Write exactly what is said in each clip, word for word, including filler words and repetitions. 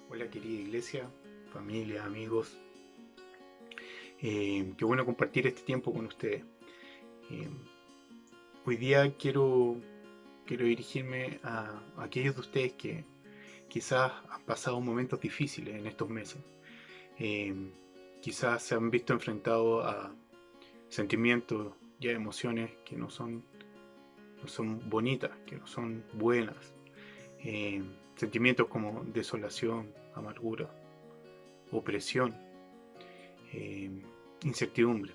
Hola querida iglesia, familia, amigos. Eh, qué bueno compartir este tiempo con ustedes. Eh, Hoy día quiero, quiero dirigirme a, a aquellos de ustedes que quizás han pasado momentos difíciles en estos meses. Eh, Quizás se han visto enfrentados a sentimientos y a emociones que no son, no son bonitas, que no son buenas. Eh, Sentimientos como desolación, amargura, opresión, eh, incertidumbre.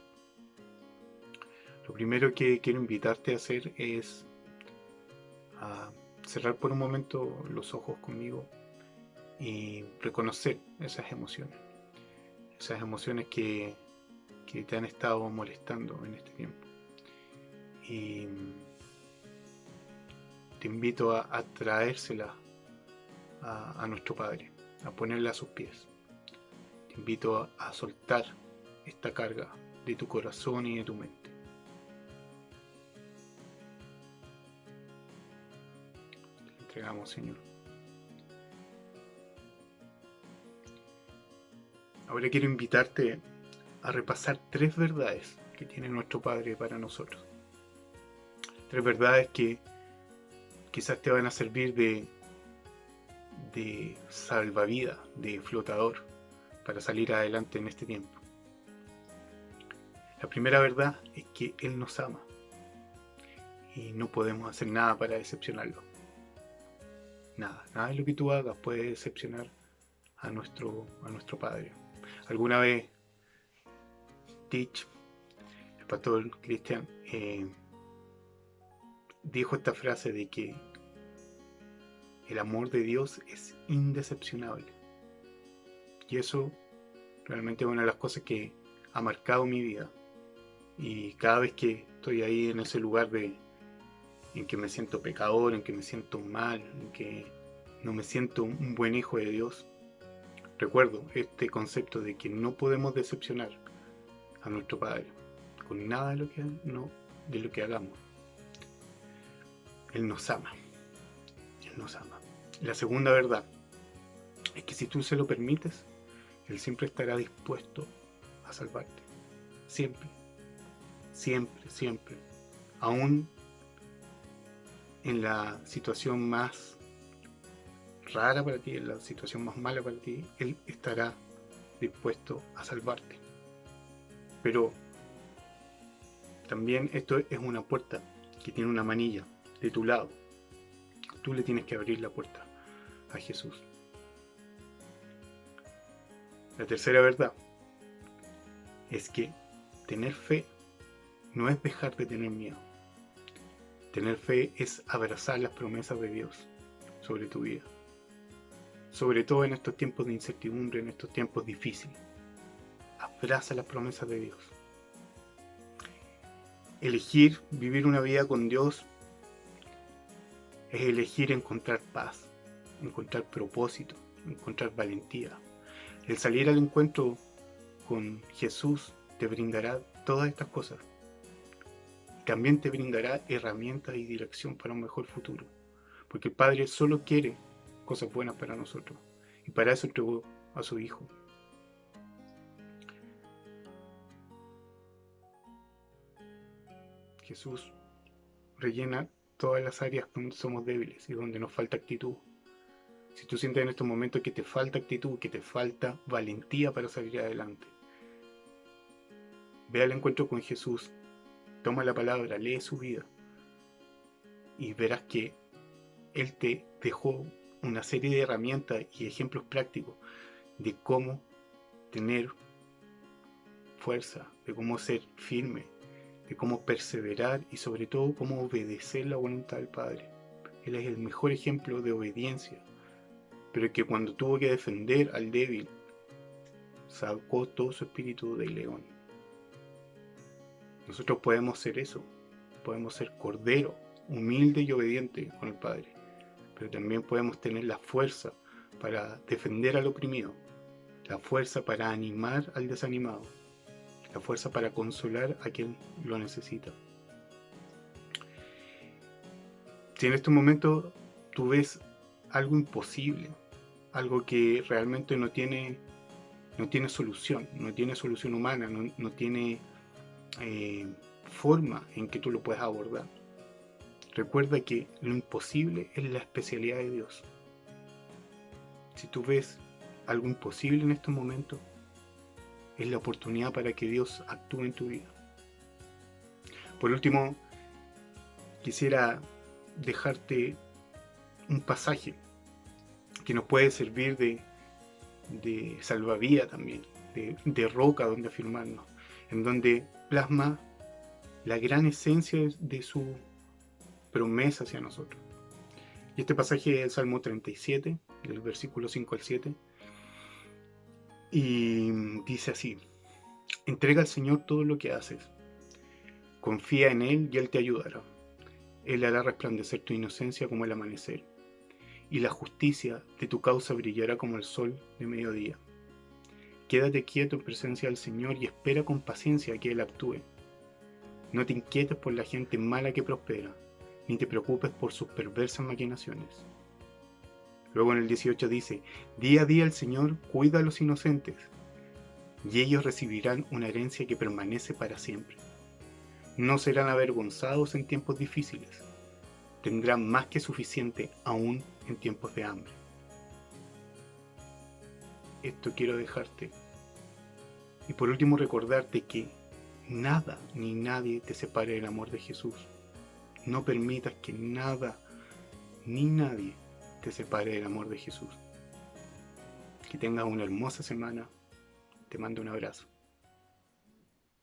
Lo primero que quiero invitarte a hacer es a cerrar por un momento los ojos conmigo y reconocer esas emociones, esas emociones que, que te han estado molestando en este tiempo. Y te invito a, a traérselas a, a nuestro Padre, a ponerla a sus pies. Te invito a, a soltar esta carga de tu corazón y de tu mente. Te entregamos, Señor. Ahora quiero invitarte a repasar tres verdades que tiene nuestro Padre para nosotros. Tres verdades que quizás te van a servir de, de salvavidas, de flotador, para salir adelante en este tiempo. La primera verdad es que Él nos ama y no podemos hacer nada para decepcionarlo. Nada, nada de lo que tú hagas puede decepcionar a nuestro, a nuestro Padre. Alguna vez Teach, el pastor Cristian, eh, dijo esta frase de que el amor de Dios es indecepcionable. Y eso realmente es una de las cosas que ha marcado mi vida. Y cada vez que estoy ahí en ese lugar de, en que me siento pecador, en que me siento mal, en que no me siento un buen hijo de Dios, recuerdo este concepto de que no podemos decepcionar a nuestro Padre con nada de lo que, no, de lo que hagamos. Él nos ama. Él nos ama. La segunda verdad es que si tú se lo permites, Él siempre estará dispuesto a salvarte. Siempre. Siempre, siempre. Aún en la situación más rara para ti, en la situación más mala para ti, Él estará dispuesto a salvarte. Pero también esto es una puerta que tiene una manilla de tu lado. Tú le tienes que abrir la puerta a Jesús. La tercera verdad es que tener fe no es dejar de tener miedo. Tener fe es abrazar las promesas de Dios sobre tu vida. Sobre todo en estos tiempos de incertidumbre, en estos tiempos difíciles. Abraza las promesas de Dios. Elegir vivir una vida con Dios es elegir encontrar paz, encontrar propósito, encontrar valentía. El salir al encuentro con Jesús te brindará todas estas cosas. También te brindará herramientas y dirección para un mejor futuro. Porque el Padre solo quiere cosas buenas para nosotros. Y para eso entregó a su Hijo. Jesús rellena todas las áreas donde somos débiles y donde nos falta actitud. Si tú sientes en estos momentos que te falta actitud, que te falta valentía para salir adelante, ve al encuentro con Jesús, toma la palabra, lee su vida y verás que Él te dejó una serie de herramientas y ejemplos prácticos de cómo tener fuerza, de cómo ser firme, de cómo perseverar y sobre todo cómo obedecer la voluntad del Padre. Él es el mejor ejemplo de obediencia, pero que cuando tuvo que defender al débil, sacó todo su espíritu del león. Nosotros podemos ser eso, podemos ser cordero, humilde y obediente con el Padre, pero también podemos tener la fuerza para defender al oprimido, la fuerza para animar al desanimado, la fuerza para consolar a quien lo necesita. Si en este momento tú ves algo imposible, algo que realmente no tiene, no tiene solución, no tiene solución humana, no, no tiene eh, forma en que tú lo puedas abordar. Recuerda que lo imposible es la especialidad de Dios. Si tú ves algo imposible en estos momentos, es la oportunidad para que Dios actúe en tu vida. Por último, quisiera dejarte un pasaje que nos puede servir de, de salvavidas también, de, de roca donde afirmarnos, en donde plasma la gran esencia de su promesa hacia nosotros. Y este pasaje es el Salmo treinta y siete, del versículo cinco al siete, y dice así: entrega al Señor todo lo que haces, confía en Él y Él te ayudará. Él hará resplandecer tu inocencia como el amanecer, y la justicia de tu causa brillará como el sol de mediodía. Quédate quieto en presencia del Señor y espera con paciencia a que Él actúe. No te inquietes por la gente mala que prospera, ni te preocupes por sus perversas maquinaciones. Luego en el dieciocho dice: día a día el Señor cuida a los inocentes, y ellos recibirán una herencia que permanece para siempre. No serán avergonzados en tiempos difíciles, tendrán más que suficiente aún en tiempos de hambre. Esto quiero dejarte. Y por último recordarte que nada ni nadie te separe del amor de Jesús. No permitas que nada ni nadie te separe del amor de Jesús. Que tengas una hermosa semana. Te mando un abrazo.